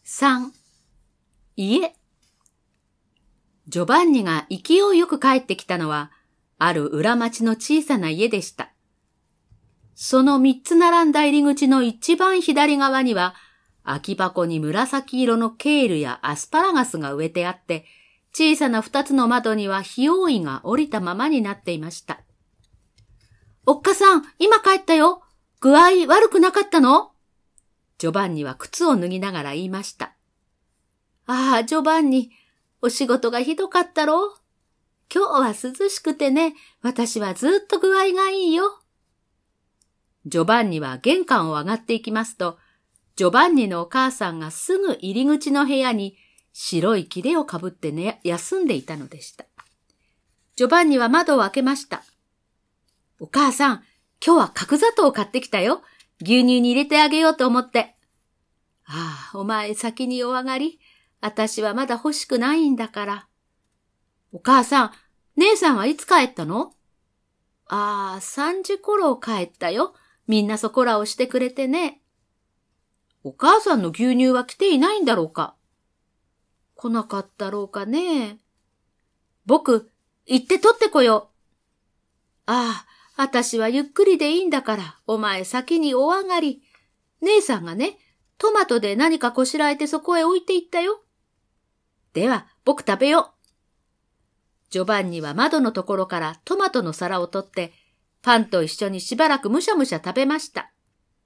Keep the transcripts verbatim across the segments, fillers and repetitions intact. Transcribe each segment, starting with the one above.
さん、家。ジョバンニが勢いよく帰ってきたのは、ある裏町の小さな家でした。その三つ並んだ入り口の一番左側には、空き箱に紫色のケールやアスパラガスが植えてあって、小さな二つの窓にはひおいが降りたままになっていました。おっかさん、今帰ったよ。具合悪くなかったの？ジョバンニは靴を脱ぎながら言いました。ああ、ジョバンニ、お仕事がひどかったろう。今日は涼しくてね、私はずっと具合がいいよ。ジョバンニは玄関を上がっていきますと、ジョバンニのお母さんがすぐ入り口の部屋に白い切れをかぶってね、休んでいたのでした。ジョバンニは窓を開けました。お母さん、今日は角砂糖を買ってきたよ。牛乳に入れてあげようと思って。ああ、お前先にお上がり。私はまだ欲しくないんだから。お母さん、姉さんはいつ帰ったの？ああ、三時頃帰ったよ。みんなそこらをしてくれてね。お母さんの牛乳は来ていないんだろうか？来なかったろうかね。僕、行って取ってこよう。ああ、私はゆっくりでいいんだから、お前先にお上がり。姉さんがね、トマトで何かこしらえてそこへ置いていったよ。では、僕食べよう。ジョバンニは窓のところからトマトの皿を取って、パンと一緒にしばらくむしゃむしゃ食べました。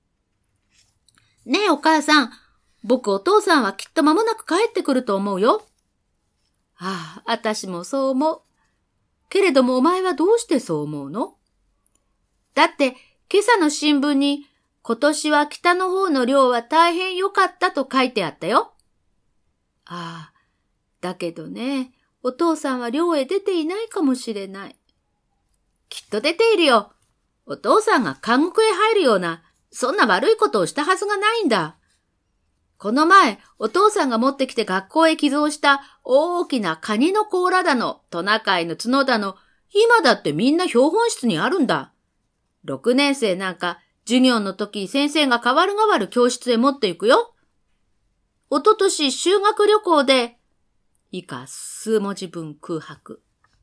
ねえお母さん、僕お父さんはきっと間もなく帰ってくると思うよ。ああ、私もそう思う。けれどもお前はどうしてそう思うの？だって今朝の新聞に今年は北の方の漁は大変良かったと書いてあったよ。ああ、だけどね、お父さんは漁へ出ていないかもしれない。きっと出ているよ。お父さんが監獄へ入るような、そんな悪いことをしたはずがないんだ。この前、お父さんが持ってきて学校へ寄贈した大きなカニの甲羅だの、トナカイの角だの、今だってみんな標本室にあるんだ。六年生なんか、授業の時先生が代わる代わる教室へ持っていくよ。おととし修学旅行で、以下数文字分空白。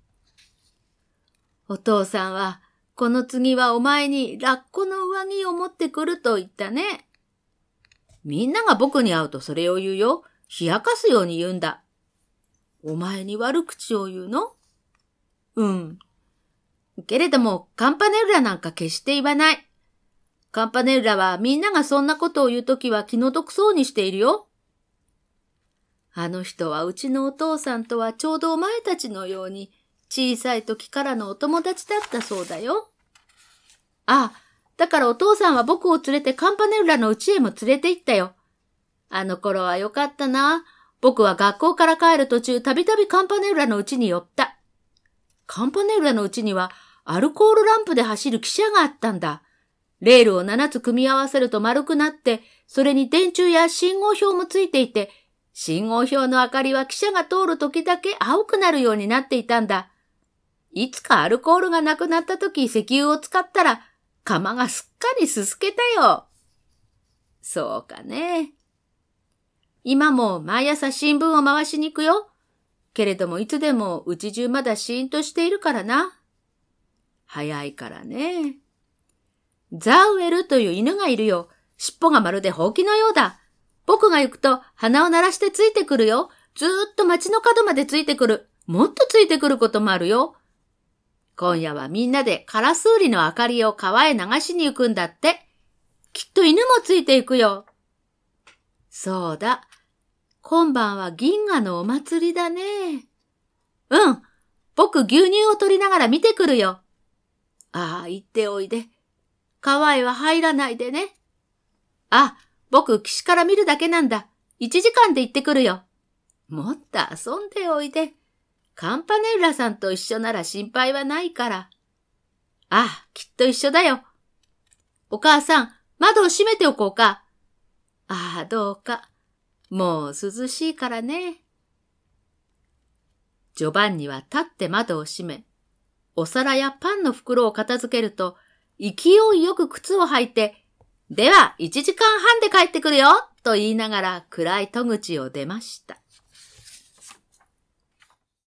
お父さんは、この次はお前にラッコの上着を持ってくると言ったね。みんなが僕に会うとそれを言うよ。冷やかすように言うんだ。お前に悪口を言うの？うん。けれども、カンパネルラなんか決して言わない。カンパネルラはみんながそんなことを言うときは気の毒そうにしているよ。あの人はうちのお父さんとはちょうどお前たちのように小さい時からのお友達だったそうだよ。ああ、だからお父さんは僕を連れてカンパネルラの家へも連れて行ったよ。あの頃はよかったな。僕は学校から帰る途中たびたびカンパネルラの家に寄った。カンパネルラの家にはアルコールランプで走る汽車があったんだ。レールを七つ組み合わせると丸くなって、それに電柱や信号標もついていて、信号標の明かりは汽車が通る時だけ青くなるようになっていたんだ。いつかアルコールがなくなった時石油を使ったら、釜がすっかりすすけたよ。そうかね。今も毎朝新聞を回しに行くよ。けれどもいつでもうち中まだシーンとしているからな。早いからね。ザウエルという犬がいるよ。尻尾がまるでほうきのようだ。僕が行くと鼻を鳴らしてついてくるよ。ずーっと街の角までついてくる。もっとついてくることもあるよ。今夜はみんなでカラスウリの明かりを川へ流しに行くんだって。きっと犬もついていくよ。そうだ。今晩は銀河のお祭りだね。うん。僕牛乳を取りながら見てくるよ。ああ、行っておいで。川へは入らないでね。あ、僕岸から見るだけなんだ。一時間で行ってくるよ。もっと遊んでおいで。カンパネルラさんと一緒なら心配はないから。あ、きっと一緒だよ。お母さん、窓を閉めておこうか。ああ、どうか。もう涼しいからね。ジョバンニは立って窓を閉め、お皿やパンの袋を片付けると、勢いよく靴を履いて、では一時間半で帰ってくるよと言いながら暗い戸口を出ました。